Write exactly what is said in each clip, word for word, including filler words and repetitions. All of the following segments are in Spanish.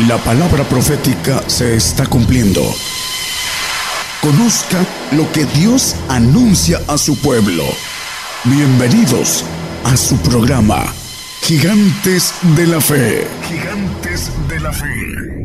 La palabra profética se está cumpliendo. Conozca lo que Dios anuncia a su pueblo. Bienvenidos a su programa, Gigantes de la Fe. Gigantes de la Fe.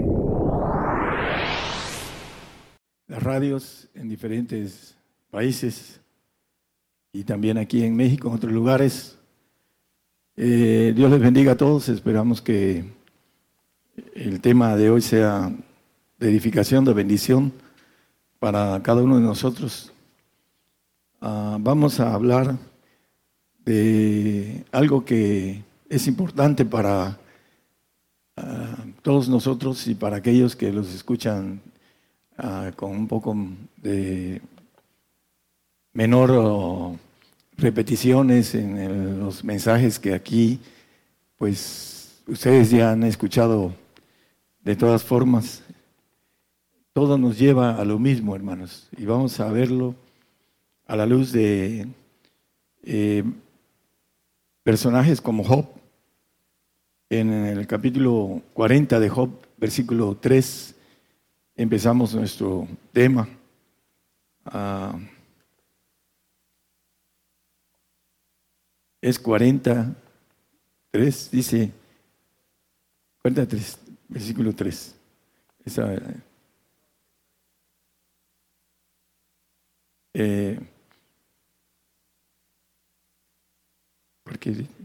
Las radios en diferentes países y también aquí en México, en otros lugares. Eh, Dios les bendiga a todos. Esperamos que el tema de hoy sea de edificación, de bendición para cada uno de nosotros. Uh, vamos a hablar de algo que es importante para uh, todos nosotros y para aquellos que los escuchan uh, con un poco de menor uh, repeticiones en el, los mensajes que aquí, pues ustedes ya han escuchado. De todas formas, todo nos lleva a lo mismo, hermanos, y vamos a verlo a la luz de eh, personajes como Job. En el capítulo cuarenta de Job, versículo tres, empezamos nuestro tema. Uh, es cuarenta y tres, dice, cuarenta y tres. Versículo tres. Esa, eh, porque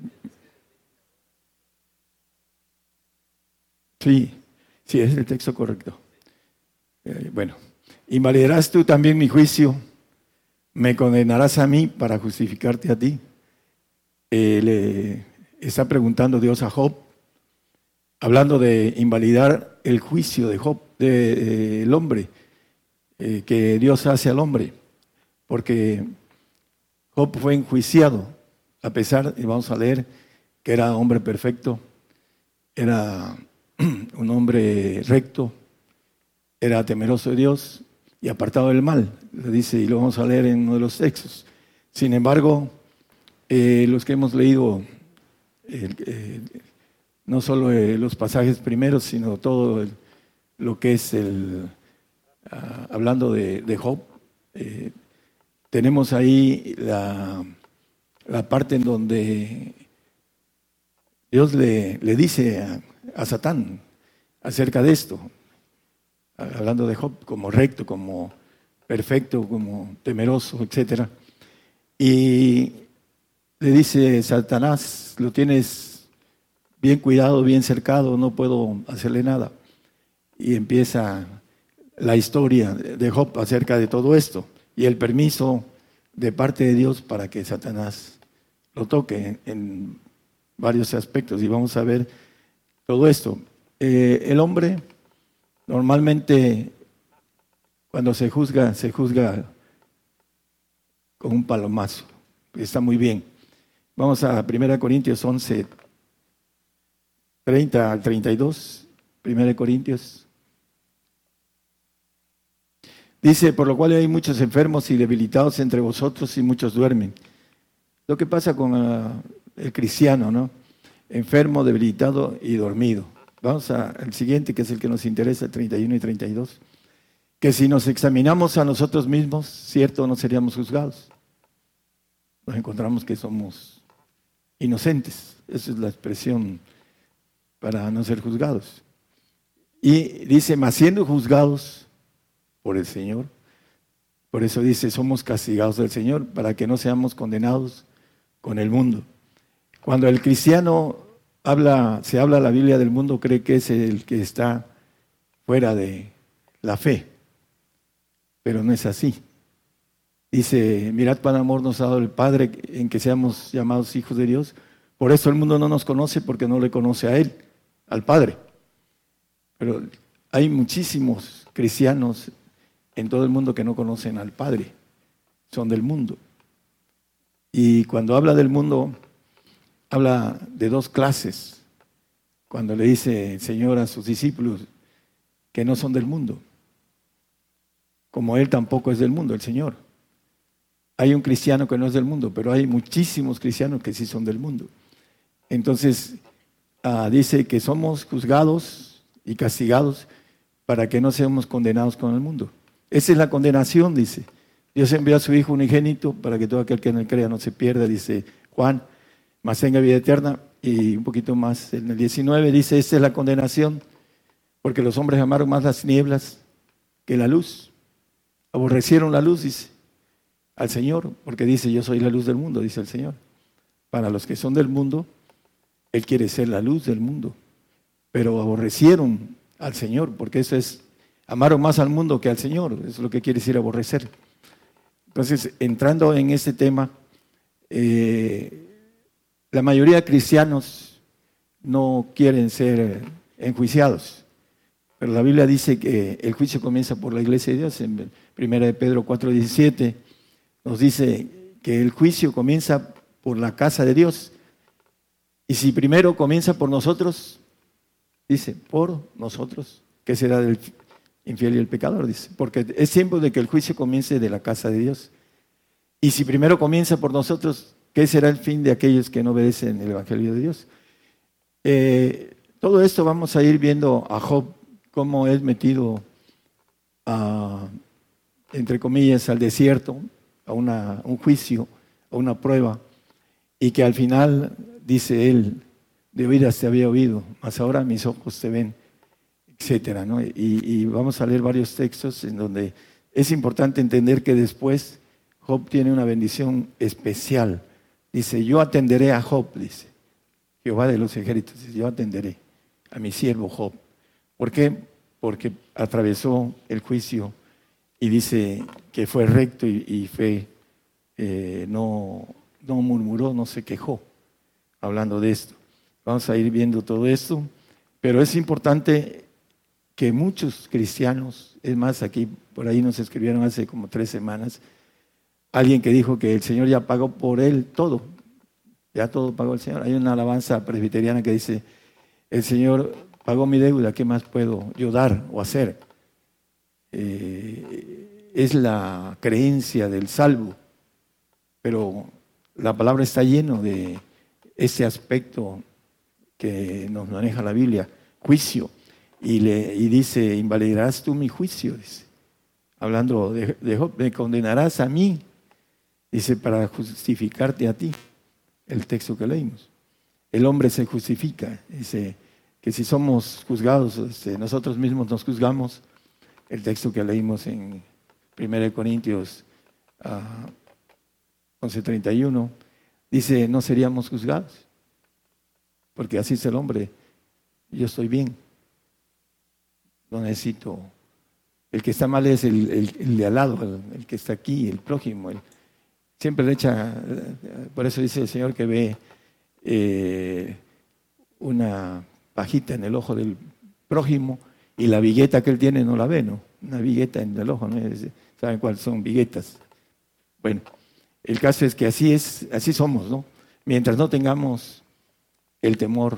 sí, sí, es el texto correcto. Eh, bueno, invalidarás tú también mi juicio, me condenarás a mí para justificarte a ti. Eh, le está preguntando Dios a Job, hablando de invalidar el juicio de Job, del de, hombre, eh, que Dios hace al hombre, porque Job fue enjuiciado, a pesar, y vamos a leer, que era hombre perfecto, era un hombre recto, era temeroso de Dios y apartado del mal, lo dice, y lo vamos a leer en uno de los textos. Sin embargo, eh, los que hemos leído el, el no solo eh, los pasajes primeros, sino todo el, lo que es el, uh, hablando de, de Job, eh, tenemos ahí la, la parte en donde Dios le, le dice a, a Satán acerca de esto, hablando de Job como recto, como perfecto, como temeroso, etcétera. Y le dice Satanás, lo tienes bien cuidado, bien cercado, no puedo hacerle nada. Y empieza la historia de Job acerca de todo esto y el permiso de parte de Dios para que Satanás lo toque en varios aspectos. Y vamos a ver todo esto. Eh, el hombre normalmente cuando se juzga, se juzga con un palomazo. Está muy bien. Vamos a primera Corintios once, treinta al treinta y dos, primera Corintios. Dice, por lo cual hay muchos enfermos y debilitados entre vosotros y muchos duermen. Lo que pasa con uh, el cristiano, ¿no? Enfermo, debilitado y dormido. Vamos al siguiente, que es el que nos interesa, treinta y uno y treinta y dos. Que si nos examinamos a nosotros mismos, cierto, no seríamos juzgados. Nos encontramos que somos inocentes. Esa es la expresión para no ser juzgados. Y dice, mas siendo juzgados por el Señor, por eso dice, somos castigados del Señor, para que no seamos condenados con el mundo. Cuando el cristiano habla, se habla la Biblia del mundo, cree que es el que está fuera de la fe, pero no es así. Dice, mirad cuán amor nos ha dado el Padre en que seamos llamados hijos de Dios. Por eso el mundo no nos conoce, porque no le conoce a Él, al Padre. Pero hay muchísimos cristianos en todo el mundo que no conocen al Padre, son del mundo. Y cuando habla del mundo, habla de dos clases. Cuando le dice el Señor a sus discípulos que no son del mundo, como Él tampoco es del mundo, el Señor. Hay un cristiano que no es del mundo, pero hay muchísimos cristianos que sí son del mundo. Entonces, uh, dice que somos juzgados y castigados para que no seamos condenados con el mundo. Esa es la condenación, dice. Dios envió a su Hijo unigénito para que todo aquel que en él crea no se pierda, dice Juan, mas tenga vida eterna. Y un poquito más, en el diecinueve dice, esta es la condenación, porque los hombres amaron más las tinieblas que la luz. Aborrecieron la luz, dice, al Señor, porque dice, yo soy la luz del mundo, dice el Señor. Para los que son del mundo, Él quiere ser la luz del mundo. Pero aborrecieron al Señor, porque eso es, amaron más al mundo que al Señor, eso es lo que quiere decir aborrecer. Entonces, entrando en este tema, eh, la mayoría de cristianos no quieren ser enjuiciados, pero la Biblia dice que el juicio comienza por la iglesia de Dios. En primera de Pedro cuatro diecisiete nos dice que el juicio comienza por la casa de Dios. Y si primero comienza por nosotros, dice, por nosotros, ¿qué será del infiel y el pecador? Dice, porque es tiempo de que el juicio comience de la casa de Dios. Y si primero comienza por nosotros, ¿qué será el fin de aquellos que no obedecen el Evangelio de Dios? Eh, todo esto vamos a ir viendo a Job, cómo es metido, a, entre comillas, al desierto, a una, un juicio, a una prueba, y que al final, dice él, de oídas te había oído, mas ahora mis ojos te ven, etcétera, ¿no? Y, y vamos a leer varios textos en donde es importante entender que después Job tiene una bendición especial. Dice, yo atenderé a Job, dice Jehová de los ejércitos, dice, yo atenderé a mi siervo Job. ¿Por qué? Porque atravesó el juicio y dice que fue recto y, y fue, eh, no, no murmuró, no se quejó, hablando de esto. Vamos a ir viendo todo esto, pero es importante que muchos cristianos, es más, aquí por ahí nos escribieron hace como tres semanas, alguien que dijo que el Señor ya pagó por él todo, ya todo pagó el Señor. Hay una alabanza presbiteriana que dice, el Señor pagó mi deuda, ¿qué más puedo yo dar o hacer? Eh, es la creencia del salvo, pero la palabra está lleno de ese aspecto que nos maneja la Biblia, juicio, y, le, y dice, invalidarás tú mi juicio, dice, hablando de, de Job, me condenarás a mí, dice, para justificarte a ti, el texto que leímos. El hombre se justifica, dice que si somos juzgados, este, nosotros mismos nos juzgamos, el texto que leímos en primera de Corintios uh, once treinta y uno, dice, no seríamos juzgados, porque así es el hombre, yo estoy bien, no necesito, el que está mal es el, el, el de al lado, el, el que está aquí, el prójimo, el, siempre le echa, por eso dice el Señor que ve eh, una pajita en el ojo del prójimo y la vigueta que él tiene no la ve, ¿no? Una vigueta en el ojo, ¿no? ¿Saben cuáles son viguetas? Bueno, el caso es que así es, así somos, ¿no? Mientras no tengamos el temor,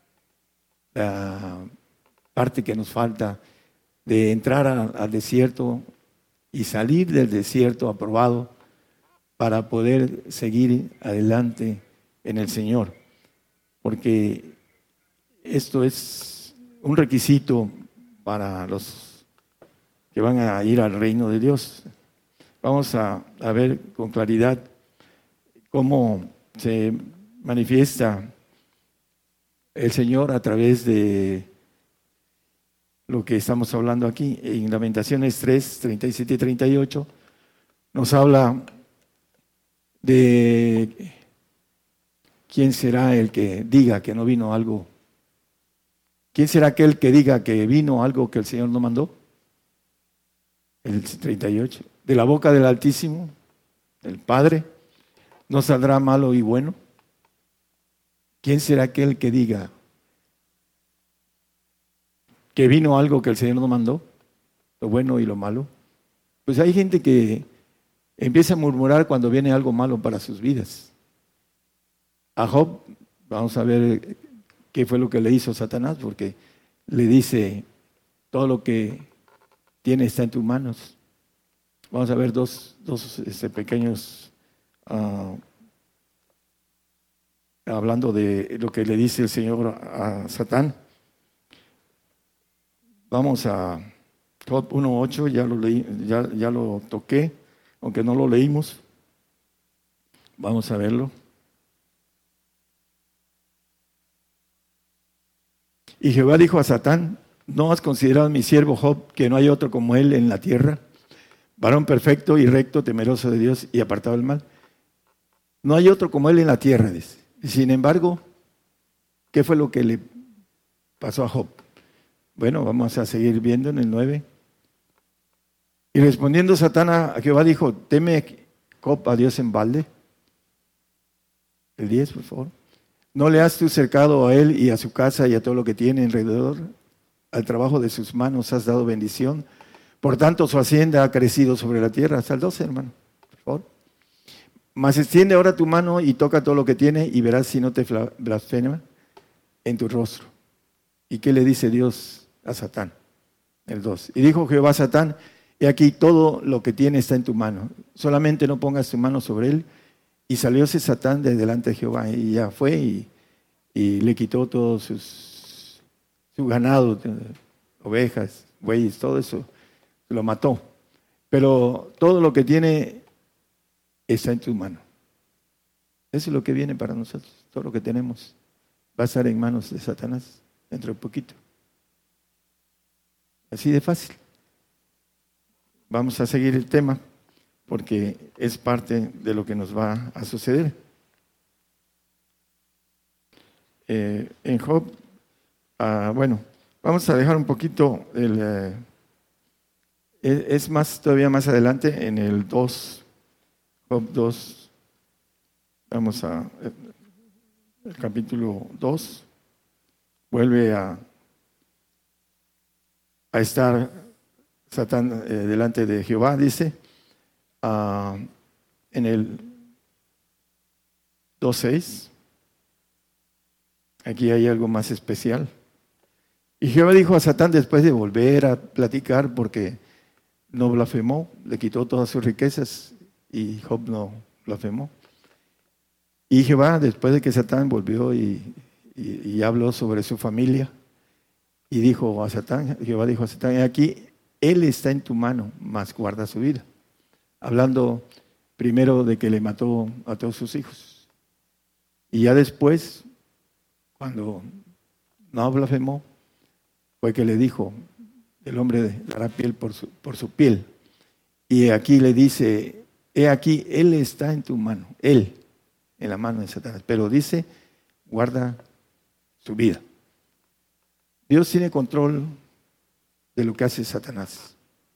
la parte que nos falta de entrar a, al desierto y salir del desierto aprobado para poder seguir adelante en el Señor, porque esto es un requisito para los que van a ir al reino de Dios. Vamos a, a ver con claridad cómo se manifiesta el Señor a través de lo que estamos hablando aquí. En Lamentaciones tres, treinta y siete y treinta y ocho nos habla de quién será el que diga que no vino algo. ¿Quién será aquel que diga que vino algo que el Señor no mandó? El treinta y ocho. De la boca del Altísimo, del Padre, no saldrá malo y bueno. ¿Quién será aquel que diga que vino algo que el Señor no mandó? Lo bueno y lo malo. Pues hay gente que empieza a murmurar cuando viene algo malo para sus vidas. A Job, vamos a ver qué fue lo que le hizo Satanás, porque le dice, todo lo que tiene está en tus manos. Vamos a ver dos, dos este, pequeños, uh, hablando de lo que le dice el Señor a Satán. Vamos a Job uno ocho, ya lo leí, ya, ya lo toqué, aunque no lo leímos. Vamos a verlo. Y Jehová dijo a Satán: ¿no has considerado a mi siervo Job, que no hay otro como él en la tierra, varón perfecto y recto, temeroso de Dios y apartado del mal? No hay otro como él en la tierra, dice. Y sin embargo, ¿qué fue lo que le pasó a Job? Bueno, vamos a seguir viendo en el nueve. Y respondiendo Satán a Jehová dijo: ¿teme Job a Dios en balde? El diez, por favor. ¿No le has tú cercado a él y a su casa y a todo lo que tiene alrededor? Al trabajo de sus manos has dado bendición. Por tanto, su hacienda ha crecido sobre la tierra. Hasta el doce, hermano, por favor. Mas extiende ahora tu mano y toca todo lo que tiene y verás si no te blasfema en tu rostro. ¿Y qué le dice Dios a Satán? El dos. Y dijo Jehová a Satán: he aquí todo lo que tiene está en tu mano. Solamente no pongas tu mano sobre él. Y salióse Satán de delante de Jehová y ya fue y, y le quitó todo sus, su ganado, ovejas, bueyes, todo eso, lo mató. Pero todo lo que tiene está en tu mano. Eso es lo que viene para nosotros. Todo lo que tenemos va a estar en manos de Satanás dentro de poquito. Así de fácil. Vamos a seguir el tema, porque es parte de lo que nos va a suceder. Eh, en Job, ah, bueno, vamos a dejar un poquito, el, eh, es más, todavía más adelante, en el dos, Job dos, vamos a, el capítulo dos, vuelve a, a estar Satán eh, delante de Jehová, dice, Uh, en el dos seis, aquí hay algo más especial. Y Jehová dijo a Satán, después de volver a platicar, porque no blasfemó, le quitó todas sus riquezas y Job no blasfemó. Y Jehová, después de que Satán volvió y, y, y habló sobre su familia, y dijo a Satán, Jehová dijo a Satán: aquí él está en tu mano, mas guarda su vida. Hablando primero de que le mató a todos sus hijos. Y ya después, cuando no blasfemó, fue que le dijo: el hombre dará piel por su, por su piel. Y aquí le dice: he aquí, él está en tu mano, él, en la mano de Satanás. Pero dice: guarda su vida. Dios tiene control de lo que hace Satanás.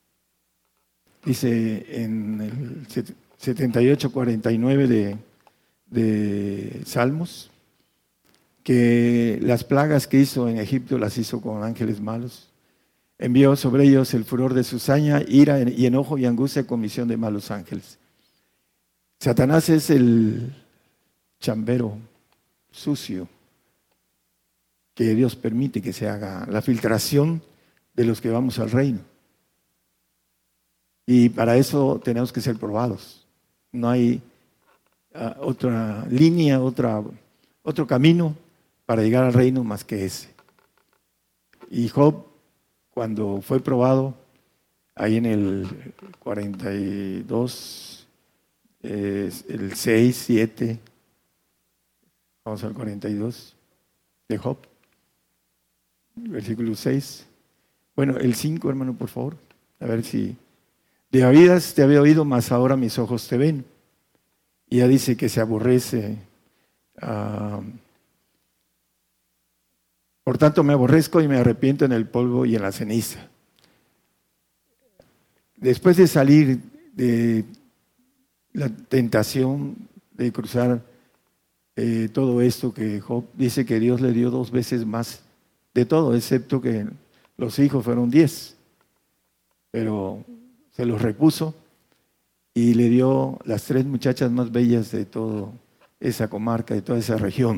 Dice en el setenta y ocho cuarenta y nueve de, de Salmos que las plagas que hizo en Egipto las hizo con ángeles malos. Envió sobre ellos el furor de su saña, ira y enojo y angustia con misión de malos ángeles. Satanás es el chambero sucio que Dios permite que se haga la filtración de los que vamos al reino. Y para eso tenemos que ser probados. No hay uh, otra línea, otra, otro camino para llegar al reino más que ese. Y Job, cuando fue probado, ahí en el cuarenta y dos, eh, el seis, siete, vamos al cuarenta y dos de Job, versículo seis. Bueno, el cinco, hermano, por favor, a ver si... De oídas te había oído, mas ahora mis ojos te ven. Y ya dice que se aborrece. Uh, por tanto me aborrezco y me arrepiento en el polvo y en la ceniza. Después de salir de la tentación de cruzar eh, todo esto que Job dice que Dios le dio dos veces más de todo, excepto que los hijos fueron diez. Pero se los repuso y le dio las tres muchachas más bellas de toda esa comarca, de toda esa región.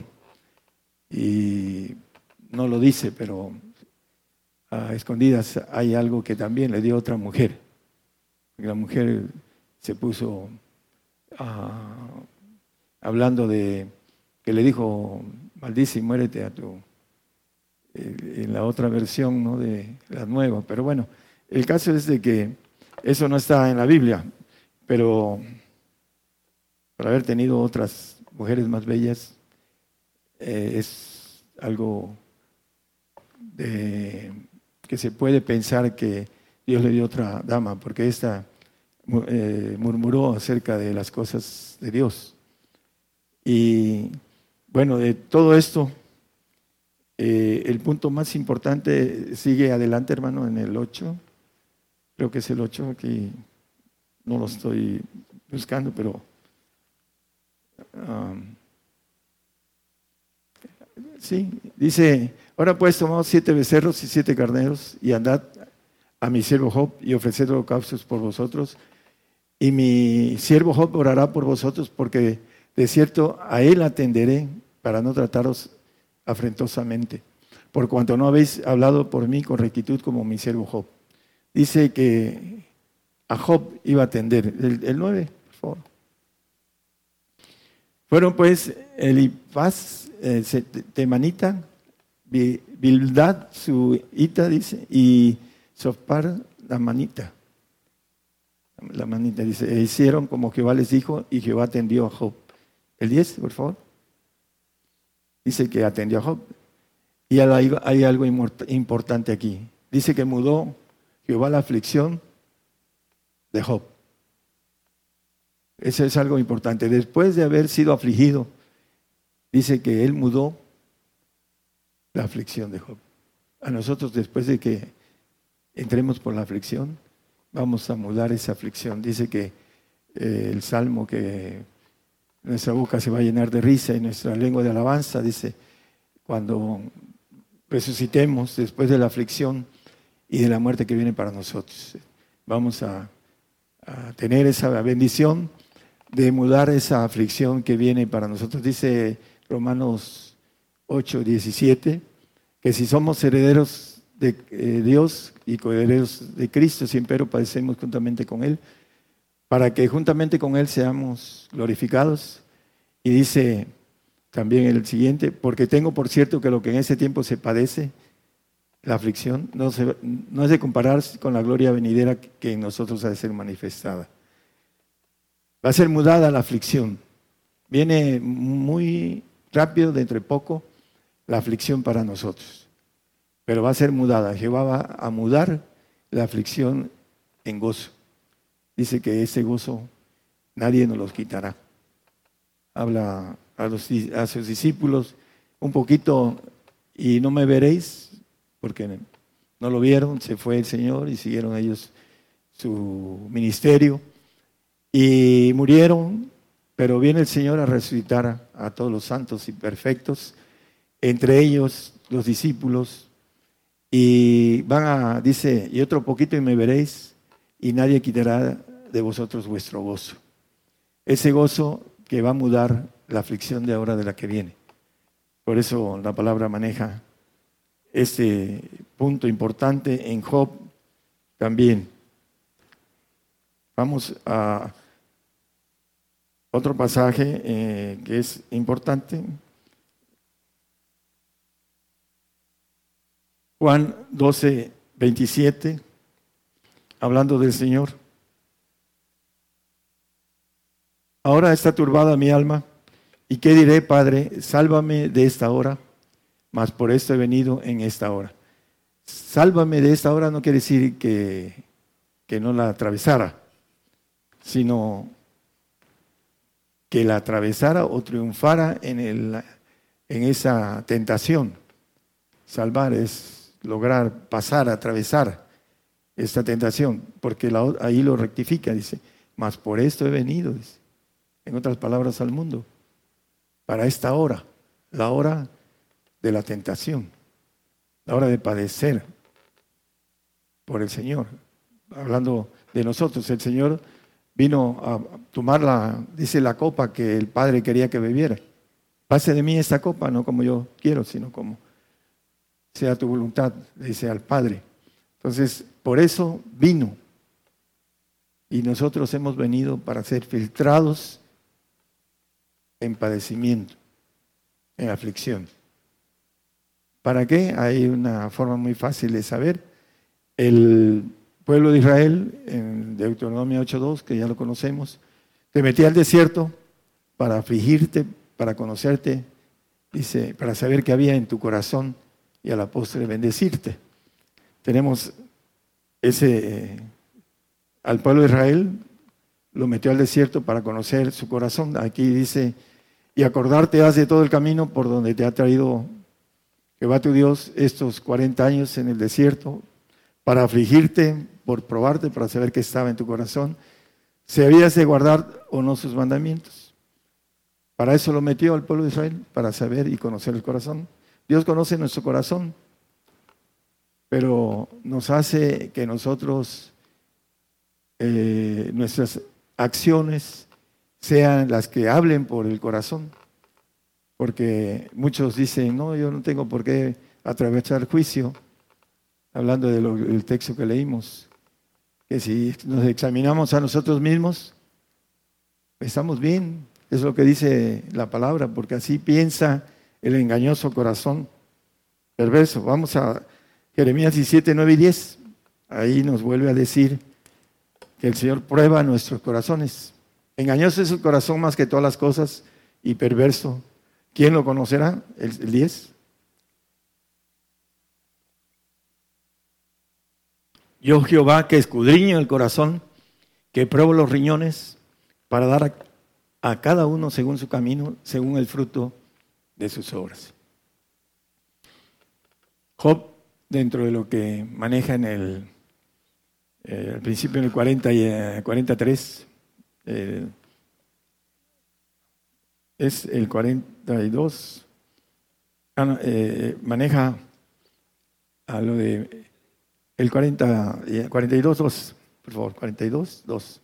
Y no lo dice, pero a escondidas hay algo que también le dio otra mujer. La mujer se puso uh, hablando de que le dijo: maldice y muérete a tu eh, en la otra versión, ¿no?, de la nueva. Pero bueno, el caso es de que eso no está en la Biblia, pero por haber tenido otras mujeres más bellas, eh, es algo de, que se puede pensar que Dios le dio otra dama, porque esta eh, murmuró acerca de las cosas de Dios. Y bueno, de todo esto, eh, el punto más importante sigue adelante, hermano, en el ocho. Creo que es el ocho, aquí no lo estoy buscando, pero um, sí, dice: ahora pues tomad siete becerros y siete carneros y andad a mi siervo Job y ofreced holocaustos por vosotros, y mi siervo Job orará por vosotros, porque de cierto a él atenderé para no trataros afrentosamente, por cuanto no habéis hablado por mí con rectitud como mi siervo Job. Dice que a Job iba a atender. El, el nueve, por favor. Fueron pues Elifaz, eh, temanita, Bildad su hita, dice, y Zophar la manita. La manita dice: e hicieron como Jehová les dijo, y Jehová atendió a Job. El diez, por favor. Dice que atendió a Job. Y hay, hay algo importante aquí. Dice que mudó Jehová la aflicción de Job. Eso es algo importante. Después de haber sido afligido, dice que él mudó la aflicción de Job. A nosotros, después de que entremos por la aflicción, vamos a mudar esa aflicción. Dice que eh, el Salmo, que nuestra boca se va a llenar de risa y nuestra lengua de alabanza. Dice, cuando resucitemos después de la aflicción y de la muerte que viene para nosotros, vamos a, a tener esa bendición de mudar esa aflicción que viene para nosotros. Dice Romanos ocho, diecisiete, que si somos herederos de eh, Dios y coherederos de Cristo, si empero padecemos juntamente con Él, para que juntamente con Él seamos glorificados. Y dice también el siguiente: porque tengo por cierto que lo que en ese tiempo se padece, la aflicción, no, se, no es de compararse con la gloria venidera que en nosotros ha de ser manifestada. Va a ser mudada la aflicción. Viene muy rápido, dentro de poco, la aflicción para nosotros. Pero va a ser mudada. Jehová va a mudar la aflicción en gozo. Dice que ese gozo nadie nos lo quitará. Habla a, los, a sus discípulos un poquito: y no me veréis, porque no lo vieron, se fue el Señor y siguieron ellos su ministerio y murieron, pero viene el Señor a resucitar a, a todos los santos y perfectos, entre ellos los discípulos, y van a, dice, y otro poquito y me veréis, y nadie quitará de vosotros vuestro gozo. Ese gozo que va a mudar la aflicción de ahora de la que viene. Por eso la palabra maneja este punto importante en Job también. Vamos a otro pasaje eh, que es importante. Juan doce, veintisiete, hablando del Señor. Ahora está turbada mi alma, ¿y qué diré, Padre? Sálvame de esta hora, mas por esto he venido en esta hora. Sálvame de esta hora no quiere decir que, que no la atravesara, sino que la atravesara o triunfara en, el, en esa tentación. Salvar es lograr pasar, atravesar esta tentación, porque la, ahí lo rectifica, dice, mas por esto he venido, dice. En otras palabras, al mundo, para esta hora, la hora de la tentación, la hora de padecer por el Señor. Hablando de nosotros, el Señor vino a tomar la, dice, la copa que el Padre quería que bebiera. Pase de mí esta copa, no como yo quiero, sino como sea tu voluntad, dice al Padre. Entonces, por eso vino. Y nosotros hemos venido para ser filtrados en padecimiento, en aflicción, ¿Para qué? Hay una forma muy fácil de saber. El pueblo de Israel, en Deuteronomio ocho dos, que ya lo conocemos, te metía al desierto para afligirte, para conocerte, dice, para saber qué había en tu corazón y a la postre bendecirte. Tenemos ese, eh, al pueblo de Israel lo metió al desierto para conocer su corazón. Aquí dice, y acordarte has de todo el camino por donde te ha traído Jehová tu Dios estos cuarenta años en el desierto, para afligirte, por probarte, para saber qué estaba en tu corazón, si habías de guardar o no sus mandamientos. Para eso lo metió al pueblo de Israel, para saber y conocer el corazón. Dios conoce nuestro corazón, pero nos hace que nosotros, eh, nuestras acciones sean las que hablen por el corazón. Porque muchos dicen, no, yo no tengo por qué atravesar el juicio, hablando del texto que leímos, que si nos examinamos a nosotros mismos, estamos bien, es lo que dice la palabra, porque así piensa el engañoso corazón perverso. Vamos a Jeremías diecisiete, nueve y diez, ahí nos vuelve a decir que el Señor prueba nuestros corazones. Engañoso es el corazón más que todas las cosas y perverso. ¿Quién lo conocerá? El, el diez. Yo Jehová que escudriño el corazón, que pruebo los riñones para dar a, a cada uno según su camino, según el fruto de sus obras. Job, dentro de lo que maneja en el, eh, al principio en el cuarenta y eh, cuarenta y tres, eh, es el cuarenta y dos, ah, no, eh, maneja a lo de el cuarenta, cuarenta y dos, dos, por favor, cuarenta y dos, dos.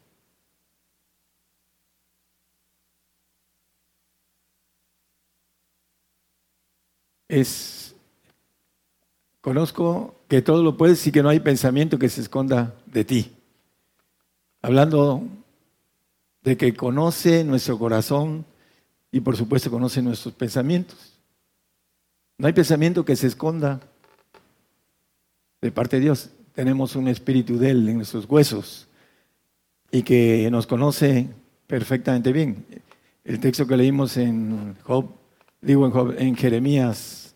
Es, conozco que todo lo puedes y que no hay pensamiento que se esconda de ti. Hablando de que conoce nuestro corazón y por supuesto conoce nuestros pensamientos. No hay pensamiento que se esconda de parte de Dios. Tenemos un espíritu de Él en nuestros huesos y que nos conoce perfectamente bien. El texto que leímos en Job, digo en, Job, en Jeremías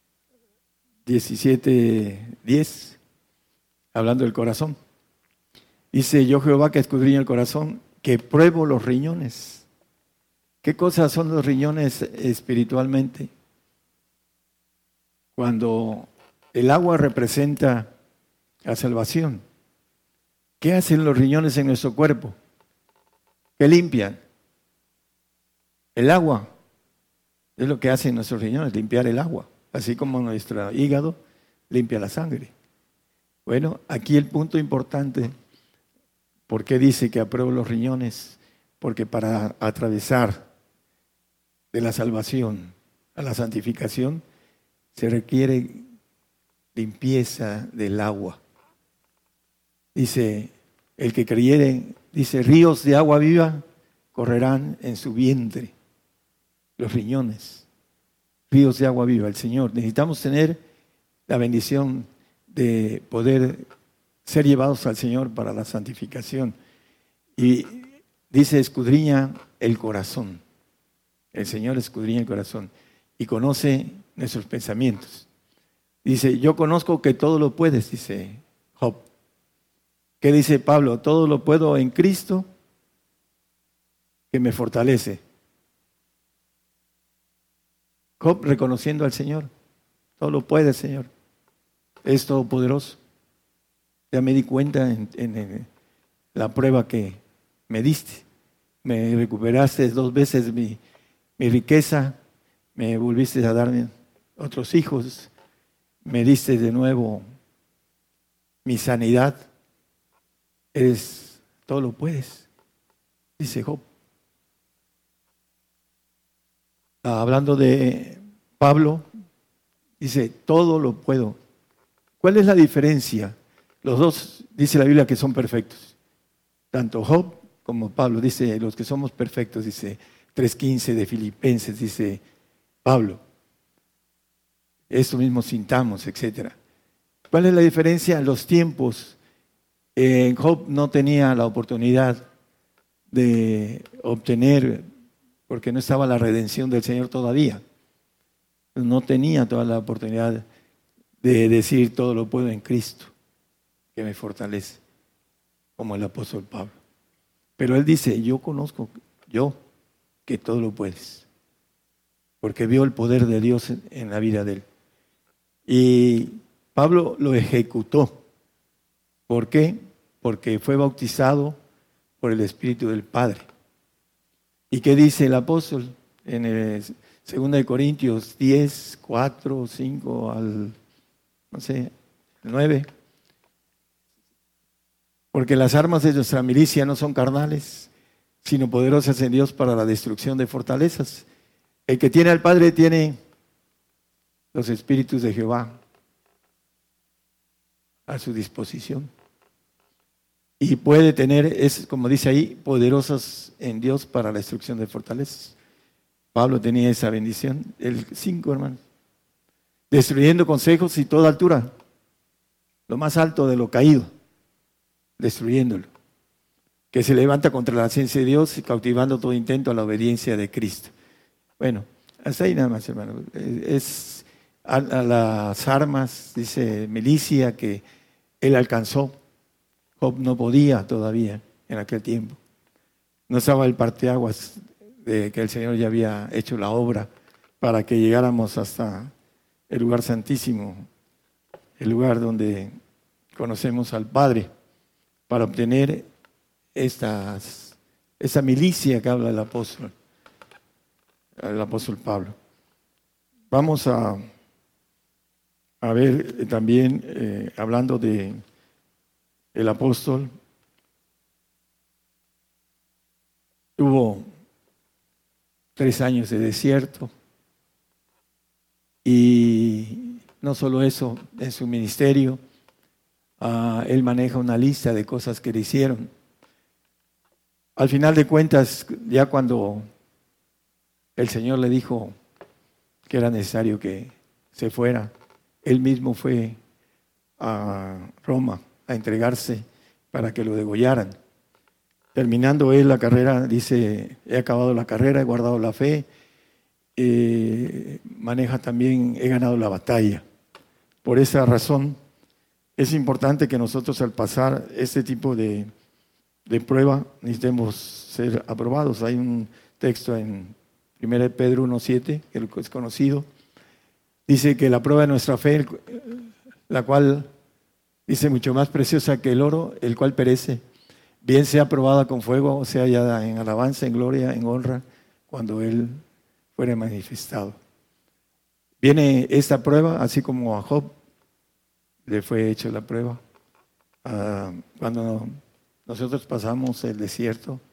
diecisiete, diez, hablando del corazón. Dice, yo Jehová que escudriño el corazón, que pruebo los riñones. ¿Qué cosas son los riñones espiritualmente? Cuando el agua representa la salvación. ¿Qué hacen los riñones en nuestro cuerpo? ¿Qué limpian? El agua. Es lo que hacen nuestros riñones, limpiar el agua. Así como nuestro hígado limpia la sangre. Bueno, aquí el punto importante. ¿Por qué dice que apruebo los riñones? Porque para atravesar de la salvación a la santificación se requiere limpieza del agua. Dice, el que creyere, dice, ríos de agua viva correrán en su vientre, los riñones, ríos de agua viva, el Señor. Necesitamos tener la bendición de poder ser llevados al Señor para la santificación. Y dice, escudriña el corazón. El Señor escudriña el corazón y conoce nuestros pensamientos. Dice, yo conozco que todo lo puedes, dice Job. ¿Qué dice Pablo? Todo lo puedo en Cristo que me fortalece. Job reconociendo al Señor. Todo lo puede, Señor. Es todopoderoso. Ya me di cuenta en, en, en la prueba que me diste. Me recuperaste dos veces mi, mi riqueza. Me volviste a darme otros hijos. Me diste de nuevo mi sanidad. Eres, todo lo puedes, dice Job. Ah, hablando de Pablo, dice, todo lo puedo. ¿Cuál es la diferencia? Los dos, dice la Biblia, que son perfectos. Tanto Job como Pablo, dice, los que somos perfectos, dice tres quince de Filipenses, dice Pablo. esto mismo sintamos, etcétera. ¿Cuál es la diferencia? Los tiempos. Eh, Job no tenía la oportunidad de obtener, porque no estaba la redención del Señor todavía. No tenía toda la oportunidad de decir todo lo puedo en Cristo, que me fortalece, como el apóstol Pablo. Pero él dice, yo conozco, yo, que todo lo puedes, porque vio el poder de Dios en, en la vida de él. Y Pablo lo ejecutó. ¿Por qué? Porque fue bautizado por el Espíritu del Padre. ¿Y qué dice el apóstol en el segunda de Corintios diez, cuatro, cinco al, no sé, nueve? Porque las armas de nuestra milicia no son carnales, sino poderosas en Dios para la destrucción de fortalezas. El que tiene al Padre tiene los espíritus de Jehová a su disposición. Y puede tener, es como dice ahí, poderosas en Dios para la destrucción de fortalezas. Pablo tenía esa bendición. El cinco, hermanos. Destruyendo consejos y toda altura, lo más alto de lo caído, destruyéndolo. Que se levanta contra la ciencia de Dios y cautivando todo intento a la obediencia de Cristo. Bueno, hasta ahí nada más, hermano. Es a, a las armas, dice milicia, que él alcanzó. Job no podía todavía en aquel tiempo. No estaba el parteaguas de que el Señor ya había hecho la obra para que llegáramos hasta el lugar santísimo, el lugar donde conocemos al Padre, para obtener estas, esa milicia que habla el apóstol, el apóstol Pablo. Vamos a, a ver también, eh, hablando de el apóstol, tuvo tres años de desierto y no solo eso, en su ministerio, uh, él maneja una lista de cosas que le hicieron. Al final de cuentas, ya cuando el Señor le dijo que era necesario que se fuera, él mismo fue a Roma a entregarse para que lo degollaran. Terminando él la carrera, dice, he acabado la carrera, he guardado la fe, eh, maneja también, he ganado la batalla. Por esa razón, es importante que nosotros al pasar este tipo de, de prueba, necesitemos ser aprobados. Hay un texto en primera de Pedro uno siete, que es conocido, dice que la prueba de nuestra fe, la cual dice mucho más preciosa que el oro, el cual perece, bien sea probada con fuego, o sea hallada en alabanza, en gloria, en honra, cuando Él fuere manifestado. Viene esta prueba, así como a Job le fue hecha la prueba. Uh, cuando nosotros pasamos el desierto,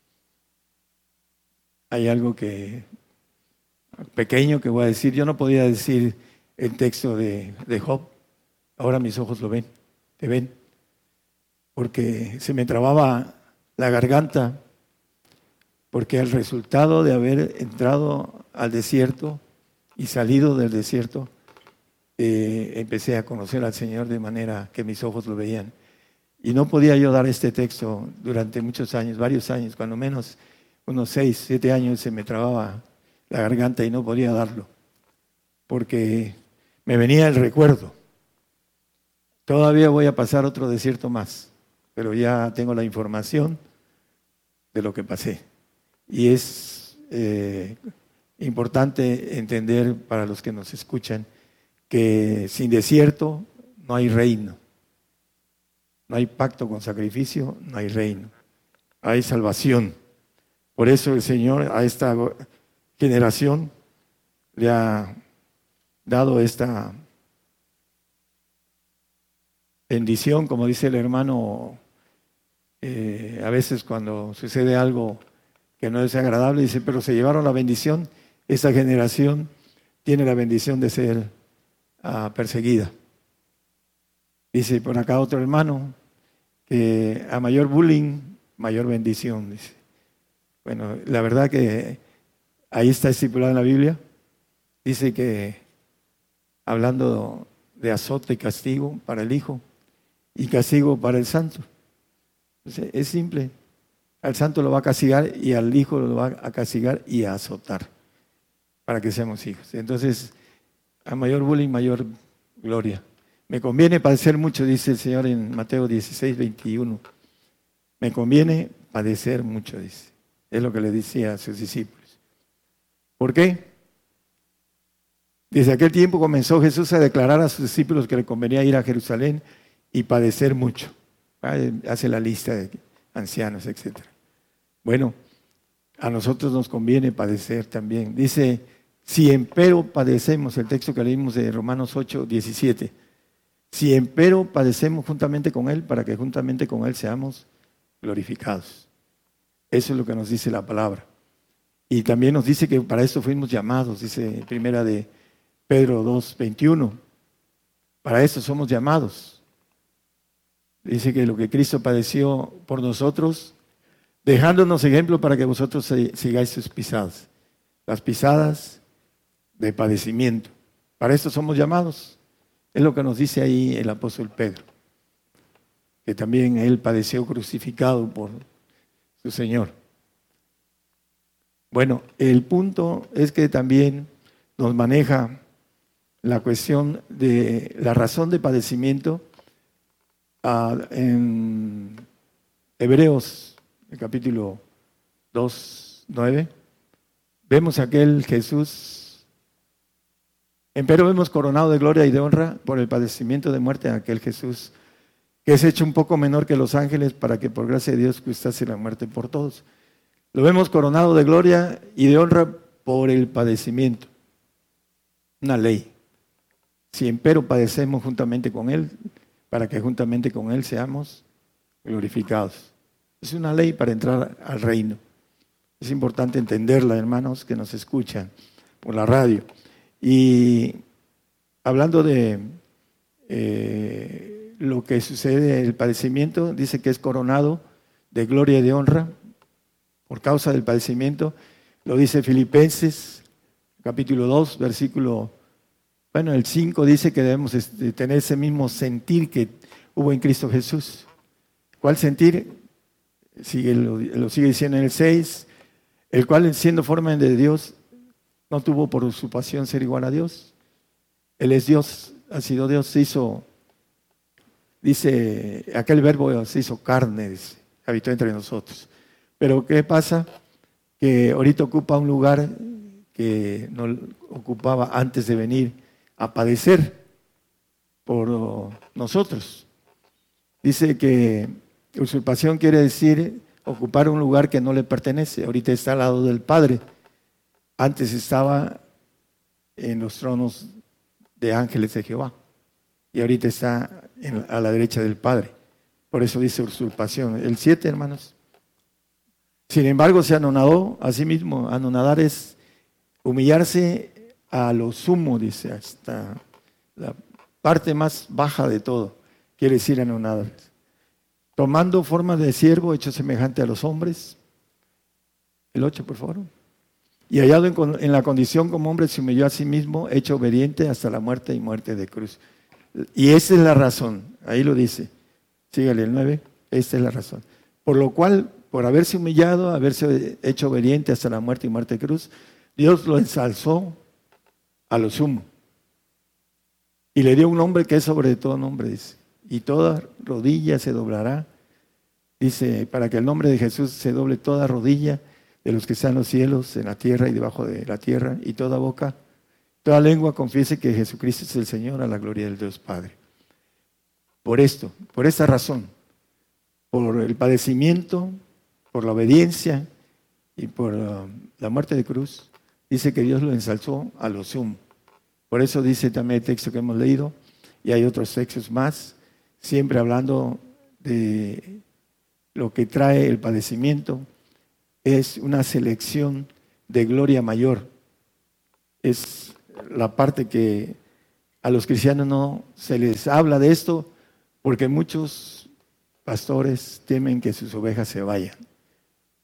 hay algo que pequeño que voy a decir. Yo no podía decir el texto de, de Job, ahora mis ojos lo ven. ¿Te ven? Porque se me trababa la garganta, porque el resultado de haber entrado al desierto y salido del desierto, eh, empecé a conocer al Señor de manera que mis ojos lo veían. Y no podía yo dar este texto durante muchos años, varios años, cuando menos unos seis, siete años se me trababa la garganta y no podía darlo, porque me venía el recuerdo. Todavía voy a pasar otro desierto más, pero ya tengo la información de lo que pasé. Y es eh, importante entender para los que nos escuchan que sin desierto no hay reino. No hay pacto con sacrificio, no hay reino. Hay salvación. Por eso el Señor a esta generación le ha dado esta bendición, como dice el hermano, eh, a veces cuando sucede algo que no es agradable, dice, pero se llevaron la bendición. Esa generación tiene la bendición de ser uh, perseguida. Dice por acá otro hermano, que a mayor bullying, mayor bendición, dice. Bueno, la verdad que ahí está estipulado en la Biblia, dice que hablando de azote y castigo para el Hijo y castigo para el Santo. Entonces, es simple. Al Santo lo va a castigar y al Hijo lo va a castigar y a azotar para que seamos hijos. Entonces, a mayor bullying, mayor gloria. Me conviene padecer mucho, dice el Señor en Mateo dieciséis, veintiuno. Me conviene padecer mucho, dice. Es lo que le decía a sus discípulos. ¿Por qué? Desde aquel tiempo comenzó Jesús a declarar a sus discípulos que le convenía ir a Jerusalén y padecer mucho. Hace la lista de ancianos, etcétera. Bueno, a nosotros nos conviene padecer también. Dice, si empero padecemos, el texto que leímos de Romanos ocho, diecisiete. Si empero padecemos juntamente con Él, para que juntamente con Él seamos glorificados. Eso es lo que nos dice la palabra. Y también nos dice que para eso fuimos llamados, dice primera de Pedro dos, veintiuno. Para eso somos llamados. Dice que lo que Cristo padeció por nosotros, dejándonos ejemplo para que vosotros sigáis sus pisadas. Las pisadas de padecimiento. Para eso somos llamados. Es lo que nos dice ahí el apóstol Pedro. Que también él padeció crucificado por su Señor. Bueno, el punto es que también nos maneja la cuestión de la razón de padecimiento uh, en Hebreos, el capítulo dos, nueve. Vemos aquel Jesús, empero vemos coronado de gloria y de honra por el padecimiento de muerte a aquel Jesús, que es hecho un poco menor que los ángeles, para que por gracia de Dios gustase la muerte por todos. Lo vemos coronado de gloria y de honra por el padecimiento. Una ley. Si empero padecemos juntamente con Él, para que juntamente con Él seamos glorificados. Es una ley para entrar al reino. Es importante entenderla, hermanos, que nos escuchan por la radio. Y hablando de eh, lo que sucede, el padecimiento, dice que es coronado de gloria y de honra por causa del padecimiento. Lo dice Filipenses, capítulo dos, versículo, bueno, el cinco dice que debemos tener ese mismo sentir que hubo en Cristo Jesús. ¿Cuál sentir? Sigue, lo, lo sigue diciendo en el seis, el cual siendo forma de Dios, no tuvo por usurpación ser igual a Dios. Él es Dios, ha sido Dios, se hizo, dice, aquel verbo se hizo carne, dice, habitó entre nosotros. Pero ¿qué pasa? Que ahorita ocupa un lugar que no ocupaba antes de venir a padecer por nosotros. Dice que usurpación quiere decir ocupar un lugar que no le pertenece. Ahorita está al lado del Padre. Antes estaba en los tronos de ángeles de Jehová. Y ahorita está en, a la derecha del Padre. Por eso dice usurpación. El siete, hermanos. Sin embargo, se anonadó a sí mismo. Anonadar es humillarse a lo sumo, dice, hasta la parte más baja de todo. Quiere decir anonadar. Tomando forma de siervo, hecho semejante a los hombres. El ocho, por favor. Y hallado en, en la condición como hombre, se humilló a sí mismo, hecho obediente hasta la muerte y muerte de cruz. Y esa es la razón. Ahí lo dice. Sígale el nueve. Esta es la razón. Por lo cual, por haberse humillado, haberse hecho obediente hasta la muerte y muerte de cruz, Dios lo ensalzó a lo sumo. Y le dio un nombre que es sobre todo nombre, dice. Y toda rodilla se doblará, dice, para que el nombre de Jesús se doble toda rodilla de los que están en los cielos, en la tierra y debajo de la tierra, y toda boca, toda lengua confiese que Jesucristo es el Señor, a la gloria del Dios Padre. Por esto, por esta razón, por el padecimiento, por la obediencia y por uh, la muerte de cruz, dice que Dios lo ensalzó a lo sumo. Por eso dice también el texto que hemos leído, y hay otros textos más, siempre hablando de lo que trae el padecimiento, es una selección de gloria mayor. Es la parte que a los cristianos no se les habla de esto, porque muchos pastores temen que sus ovejas se vayan,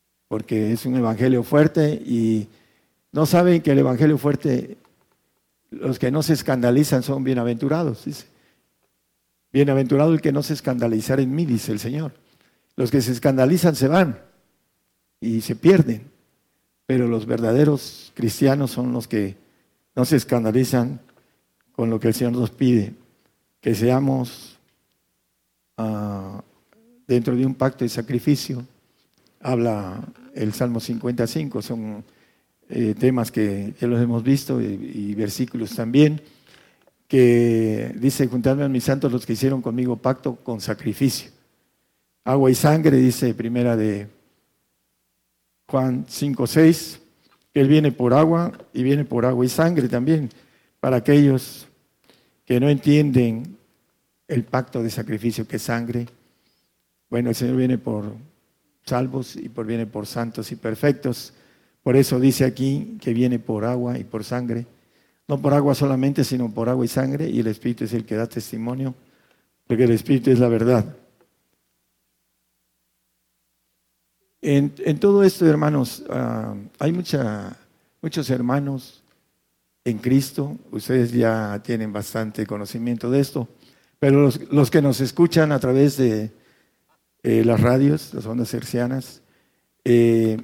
porque es un evangelio fuerte y no saben que el evangelio fuerte los que no se escandalizan son bienaventurados, dice. Bienaventurado el que no se escandalizara en mí, dice el Señor. Los que se escandalizan se van y se pierden, pero los verdaderos cristianos son los que no se escandalizan con lo que el Señor nos pide, que seamos uh, dentro de un pacto de sacrificio. Habla el Salmo cincuenta y cinco, son eh, temas que ya los hemos visto y, y versículos también, que dice: juntadme a mis santos los que hicieron conmigo pacto con sacrificio. Agua y sangre, dice primera de Juan cinco seis, que Él viene por agua y viene por agua y sangre también, para aquellos que no entienden el pacto de sacrificio que es sangre. Bueno, el Señor viene por salvos y por viene por santos y perfectos. Por eso dice aquí que viene por agua y por sangre. No por agua solamente, sino por agua y sangre, y el Espíritu es el que da testimonio, porque el Espíritu es la verdad. En, en todo esto, hermanos, uh, hay mucha, muchos hermanos en Cristo. Ustedes ya tienen bastante conocimiento de esto, pero los, los que nos escuchan a través de eh, las radios, las ondas hercianas, eh,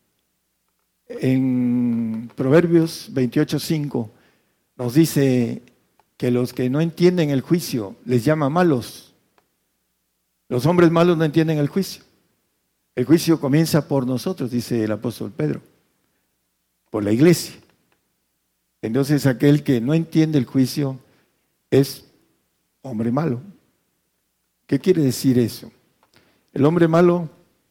en Proverbios veintiocho cinco nos dice que los que no entienden el juicio les llama malos. Los hombres malos no entienden el juicio. El juicio comienza por nosotros, dice el apóstol Pedro, por la iglesia. Entonces aquel que no entiende el juicio es hombre malo. ¿Qué quiere decir eso? El hombre malo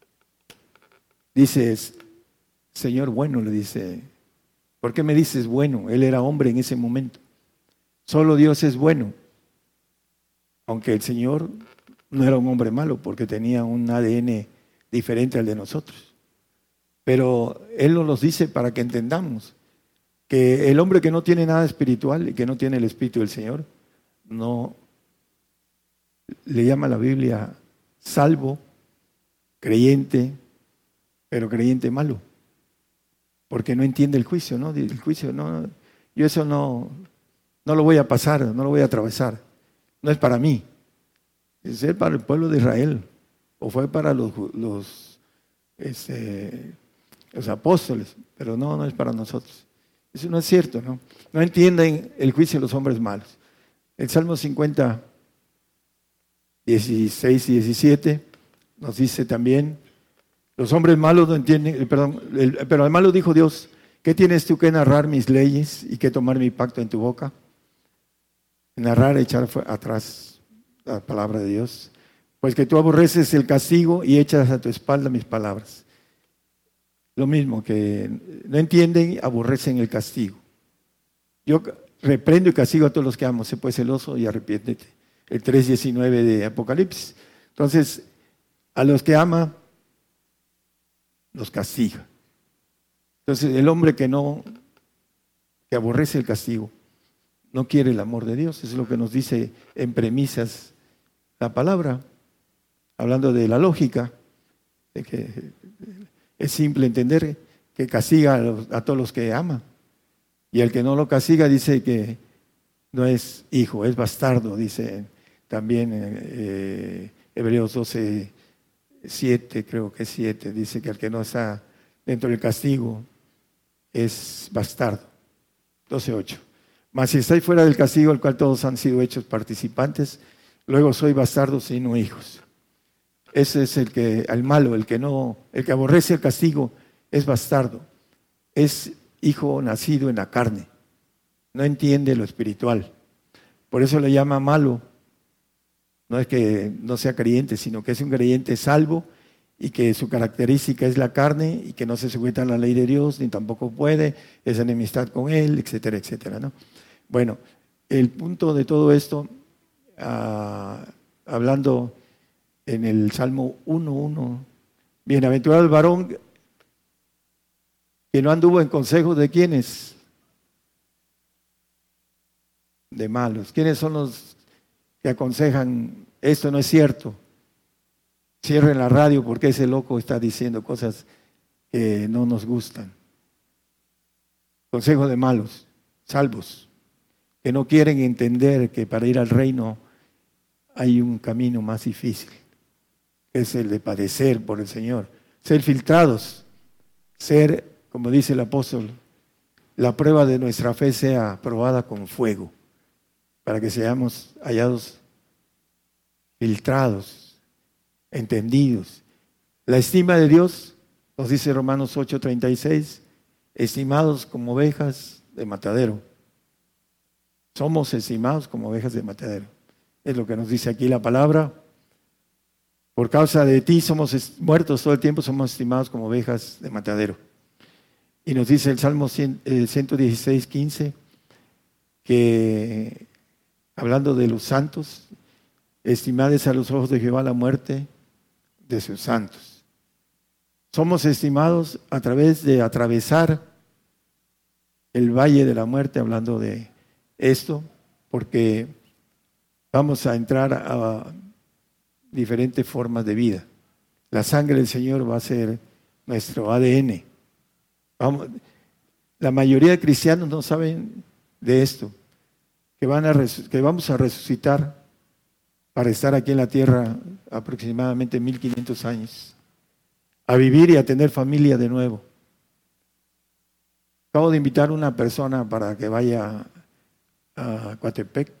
dice: Señor bueno, le dice, ¿por qué me dices bueno? Él era hombre en ese momento. Solo Dios es bueno. Aunque el Señor no era un hombre malo porque tenía un A D N diferente al de nosotros. Pero Él nos los dice para que entendamos que el hombre que no tiene nada espiritual y que no tiene el Espíritu del Señor, no le llama la Biblia salvo, creyente, pero creyente malo, porque no entiende el juicio, ¿no? El juicio, no, yo eso no, no lo voy a pasar, no lo voy a atravesar, no es para mí, es para el pueblo de Israel, o fue para los, los, este, los apóstoles, pero no, no es para nosotros. Eso no es cierto, ¿no? No entienden el juicio de los hombres malos. El Salmo cincuenta, dieciséis y diecisiete nos dice también: los hombres malos no entienden, perdón, el, pero al malo dijo Dios: ¿qué tienes tú que narrar mis leyes y que tomar mi pacto en tu boca? Narrar, echar atrás la palabra de Dios. Pues que tú aborreces el castigo y echas a tu espalda mis palabras. Lo mismo, que no entienden, aborrecen el castigo. Yo reprendo y castigo a todos los que amo. Sé pues celoso y arrepiéntete. El tres diecinueve de Apocalipsis. Entonces, a los que ama, los castiga. Entonces, el hombre que no, que aborrece el castigo, no quiere el amor de Dios. Eso es lo que nos dice en premisas la palabra. Hablando de la lógica, de que es simple entender que castiga a, los, a todos los que ama. Y el que no lo castiga dice que no es hijo, es bastardo, dice también eh, Hebreos doce, siete, creo que es siete, dice que el que no está dentro del castigo es bastardo. doce ocho. Mas si estáis fuera del castigo, el cual todos han sido hechos participantes, luego soy bastardos y no hijos. Ese es el que, al malo, el que no, el que aborrece el castigo, es bastardo, es hijo nacido en la carne, no entiende lo espiritual. Por eso le llama malo. No es que no sea creyente, sino que es un creyente salvo y que su característica es la carne y que no se sujeta a la ley de Dios, ni tampoco puede, es enemistad con Él, etcétera, etcétera, ¿no? Bueno, el punto de todo esto, uh, hablando en el Salmo uno uno, bienaventurado el varón que no anduvo en consejo de quiénes, de malos. ¿Quiénes son los que aconsejan esto no es cierto? Cierren la radio porque ese loco está diciendo cosas que no nos gustan. Consejo de malos, salvos. que no quieren entender que para ir al reino hay un camino más difícil, que es el de padecer por el Señor, ser filtrados, ser, como dice el apóstol, la prueba de nuestra fe sea probada con fuego, para que seamos hallados filtrados, entendidos. La estima de Dios, nos dice Romanos ocho treinta y seis, estimados como ovejas de matadero. Somos estimados como ovejas de matadero. Es lo que nos dice aquí la palabra. Por causa de ti somos muertos todo el tiempo, somos estimados como ovejas de matadero. Y nos dice el Salmo ciento dieciséis, quince, que hablando de los santos, estimades a los ojos de Jehová la muerte de sus santos. Somos estimados a través de atravesar el valle de la muerte, hablando de esto, porque vamos a entrar a diferentes formas de vida. La sangre del Señor va a ser nuestro A D N. Vamos, la mayoría de cristianos no saben de esto, que, van a que vamos a resucitar para estar aquí en la tierra aproximadamente mil quinientos años, a vivir y a tener familia de nuevo. Acabo de invitar a una persona para que vaya a Coatepec.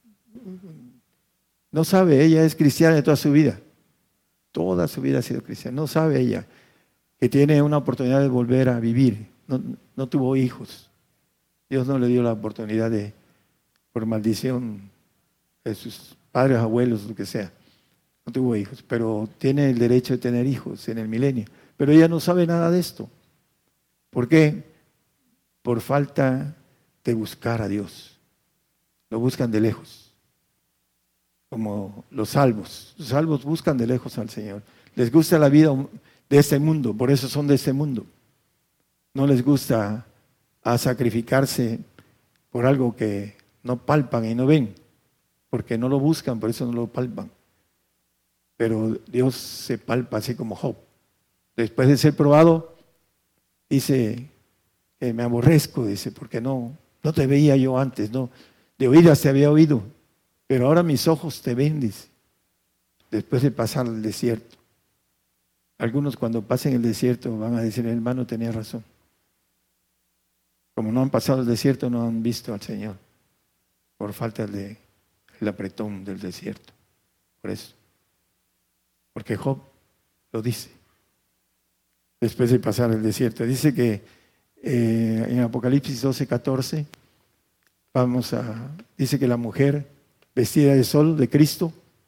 No sabe, ella es cristiana de toda su vida. Toda su vida ha sido cristiana. No sabe ella que tiene una oportunidad de volver a vivir. No, no tuvo hijos. Dios no le dio la oportunidad de, por maldición de sus padres, abuelos, lo que sea. No tuvo hijos, pero tiene el derecho de tener hijos en el milenio. Pero ella no sabe nada de esto. ¿Por qué? Por falta de buscar a Dios. Lo buscan de lejos. Como los salvos. Los salvos buscan de lejos al Señor. Les gusta la vida de este mundo, por eso son de este mundo. No les gusta a sacrificarse por algo que no palpan y no ven, porque no lo buscan, por eso no lo palpan. Pero Dios se palpa así como Job. Después de ser probado, dice que me aborrezco, dice, porque no, no te veía yo antes, no, de oídas te había oído, pero ahora mis ojos te ven, dice, después de pasar el desierto. Algunos cuando pasen el desierto van a decir, el hermano tenía razón. Como no han pasado el desierto, no han visto al Señor, por falta del de, apretón del desierto. Por eso. Porque Job lo dice, después de pasar el desierto. Dice que eh, en Apocalipsis doce, catorce, vamos a, dice que la mujer vestida de sol de Cristo,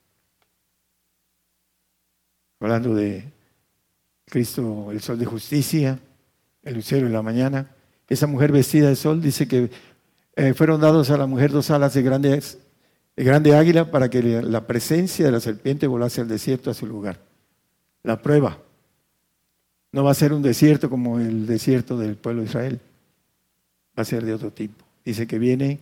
hablando de Cristo, el sol de justicia, el lucero de la mañana, esa mujer vestida de sol, dice que eh, fueron dados a la mujer dos alas de grande, de grande águila para que la presencia de la serpiente volase al desierto a su lugar. La prueba no va a ser un desierto como el desierto del pueblo de Israel, va a ser de otro tipo. Dice que viene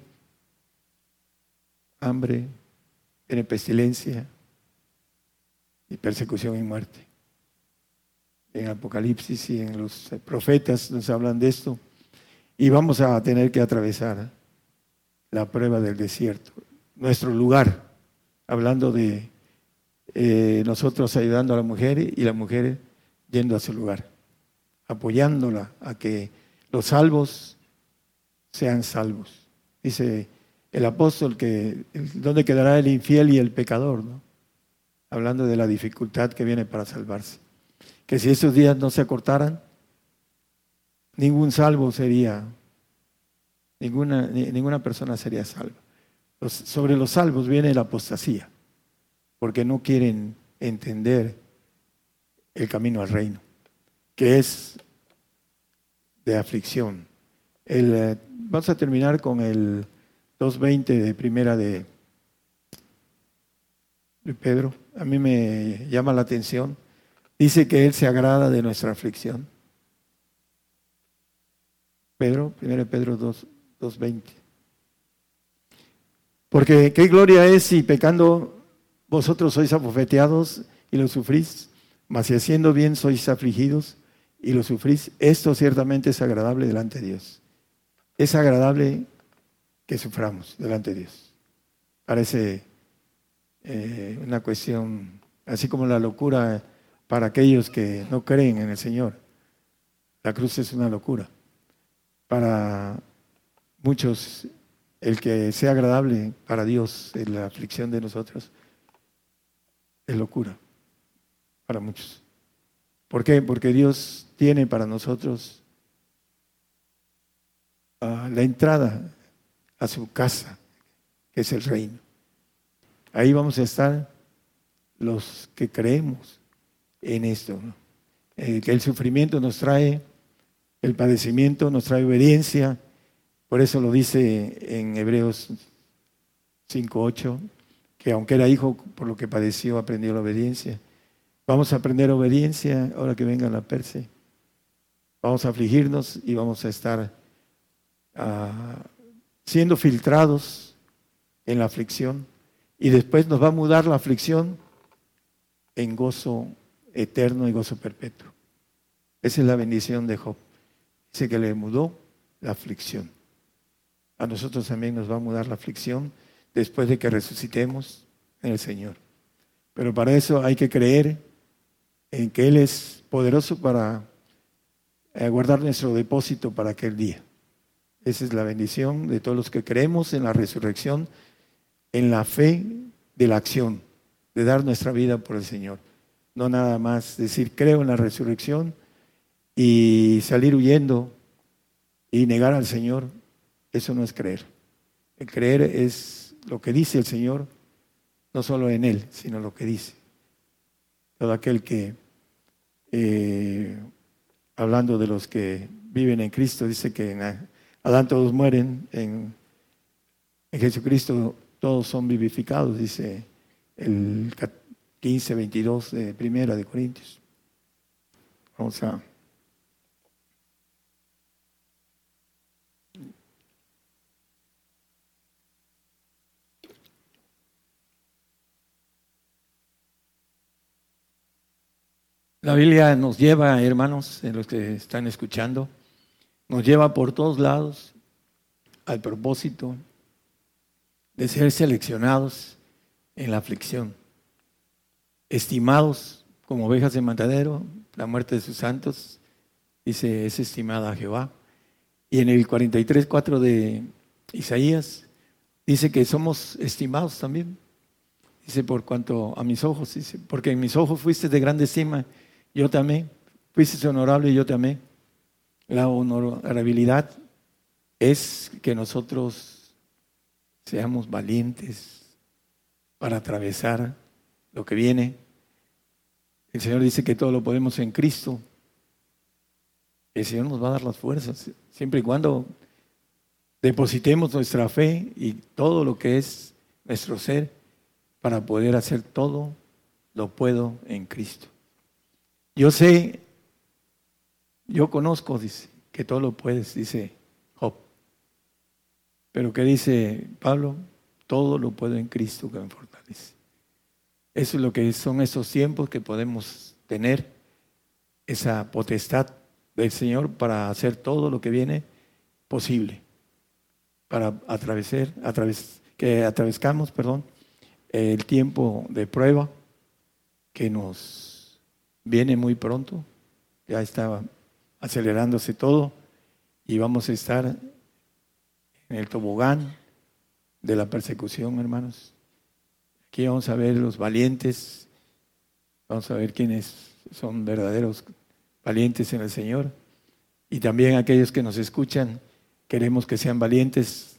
hambre, viene pestilencia y persecución y muerte. En Apocalipsis y en los profetas nos hablan de esto. Y vamos a tener que atravesar la prueba del desierto. Nuestro lugar, hablando de eh, nosotros ayudando a la mujer y la mujer yendo a su lugar, apoyándola a que los salvos sean salvos. Dice el apóstol que ¿dónde quedará el infiel y el pecador? ¿No? Hablando de la dificultad que viene para salvarse. Que si esos días no se acortaran, ningún salvo sería, ninguna, ni, ninguna persona sería salva. Los, sobre los salvos viene la apostasía, porque no quieren entender el camino al reino, que es de aflicción. El, eh, vamos a terminar con el dos veinte de primera de, de Pedro. A mí me llama la atención. Dice que Él se agrada de nuestra aflicción. Pedro, primero Pedro dos veinte. Porque qué gloria es si pecando vosotros sois abofeteados y lo sufrís, mas si haciendo bien sois afligidos y lo sufrís, esto ciertamente es agradable delante de Dios. Es agradable que suframos delante de Dios. Parece eh, una cuestión, así como la locura para aquellos que no creen en el Señor. La cruz es una locura. Para muchos, el que sea agradable para Dios en la aflicción de nosotros es locura. Para muchos. ¿Por qué? Porque Dios tiene para nosotros uh, la entrada a su casa, que es el reino. Ahí vamos a estar los que creemos en esto, ¿no? Eh, que el sufrimiento nos trae, el padecimiento nos trae obediencia. Por eso lo dice en Hebreos cinco ocho, que aunque era hijo, por lo que padeció, aprendió la obediencia. Vamos a aprender obediencia ahora que venga la perse. Vamos a afligirnos y vamos a estar uh, siendo filtrados en la aflicción. Y después nos va a mudar la aflicción en gozo eterno y gozo perpetuo. Esa es la bendición de Job. Dice que le mudó la aflicción. A nosotros también nos va a mudar la aflicción después de que resucitemos en el Señor. Pero para eso hay que creer en que Él es poderoso para guardar nuestro depósito para aquel día. Esa es la bendición de todos los que creemos en la resurrección, en la fe de la acción, de dar nuestra vida por el Señor. No nada más decir creo en la resurrección y salir huyendo y negar al Señor. Eso no es creer. El creer es lo que dice el Señor, no solo en Él, sino lo que dice. Todo aquel que, eh, hablando de los que viven en Cristo, dice que en Adán todos mueren, en, en Jesucristo todos son vivificados, dice el quince veintidós de Primera de Corintios. Vamos a... La Biblia nos lleva, hermanos, en los que están escuchando, nos lleva por todos lados al propósito de ser seleccionados en la aflicción, estimados como ovejas de matadero. La muerte de sus santos, dice, es estimada a Jehová. Y en el cuarenta y tres cuatro de Isaías dice que somos estimados también. Dice, por cuanto a mis ojos, dice, porque en mis ojos fuiste de grande estima, yo te amé, fuiste honorable y yo te amé. La honorabilidad es que nosotros seamos valientes para atravesar lo que viene. El Señor dice que todo lo podemos en Cristo. El Señor nos va a dar las fuerzas, siempre y cuando depositemos nuestra fe y todo lo que es nuestro ser para poder hacer todo, lo puedo en Cristo. Yo sé, yo conozco, dice, que todo lo puedes, dice Job. Pero ¿qué dice Pablo? Todo lo puedo en Cristo que me fortalece. Eso es lo que son esos tiempos que podemos tener, esa potestad del Señor para hacer todo lo que viene posible, para atravesar, atraves, que atravescamos, perdón, el tiempo de prueba que nos viene muy pronto. Ya está acelerándose todo y vamos a estar en el tobogán de la persecución, hermanos. Aquí vamos a ver los valientes, vamos a ver quiénes son verdaderos valientes en el Señor, y también aquellos que nos escuchan, queremos que sean valientes.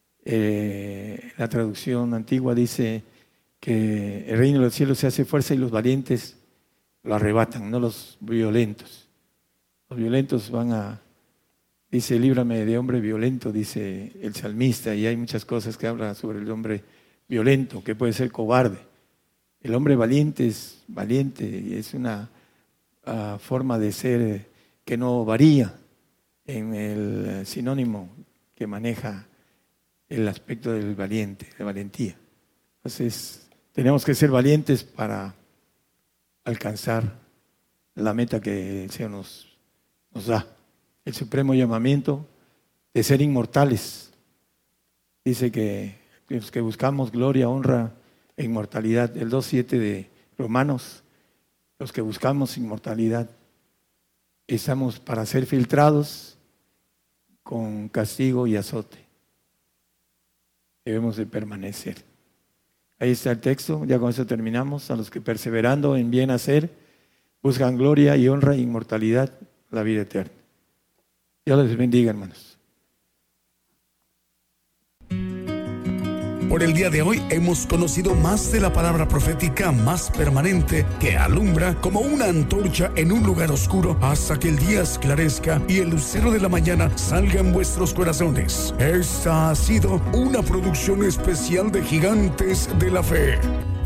Eh, la traducción antigua dice que el reino de los cielos se hace fuerza y los valientes lo arrebatan, no los violentos. Los violentos van a, dice, líbrame de hombre violento, dice el salmista, y hay muchas cosas que hablan sobre el hombre violento, que puede ser cobarde. El hombre valiente es valiente y es una uh, forma de ser que no varía en el sinónimo que maneja el aspecto del valiente, de valentía. Entonces, tenemos que ser valientes para alcanzar la meta que el Señor nos, nos da, el supremo llamamiento de ser inmortales, Dice que los que buscamos gloria, honra e inmortalidad. El dos siete de Romanos, los que buscamos inmortalidad, estamos para ser filtrados con castigo y azote. Debemos de permanecer. Ahí está el texto, ya con eso terminamos. A los que perseverando en bien hacer, buscan gloria y honra e inmortalidad, la vida eterna. Dios les bendiga, hermanos. Por el día de hoy hemos conocido más de la palabra profética más permanente que alumbra como una antorcha en un lugar oscuro hasta que el día esclarezca y el lucero de la mañana salga en vuestros corazones. Esta ha sido una producción especial de Gigantes de la Fe.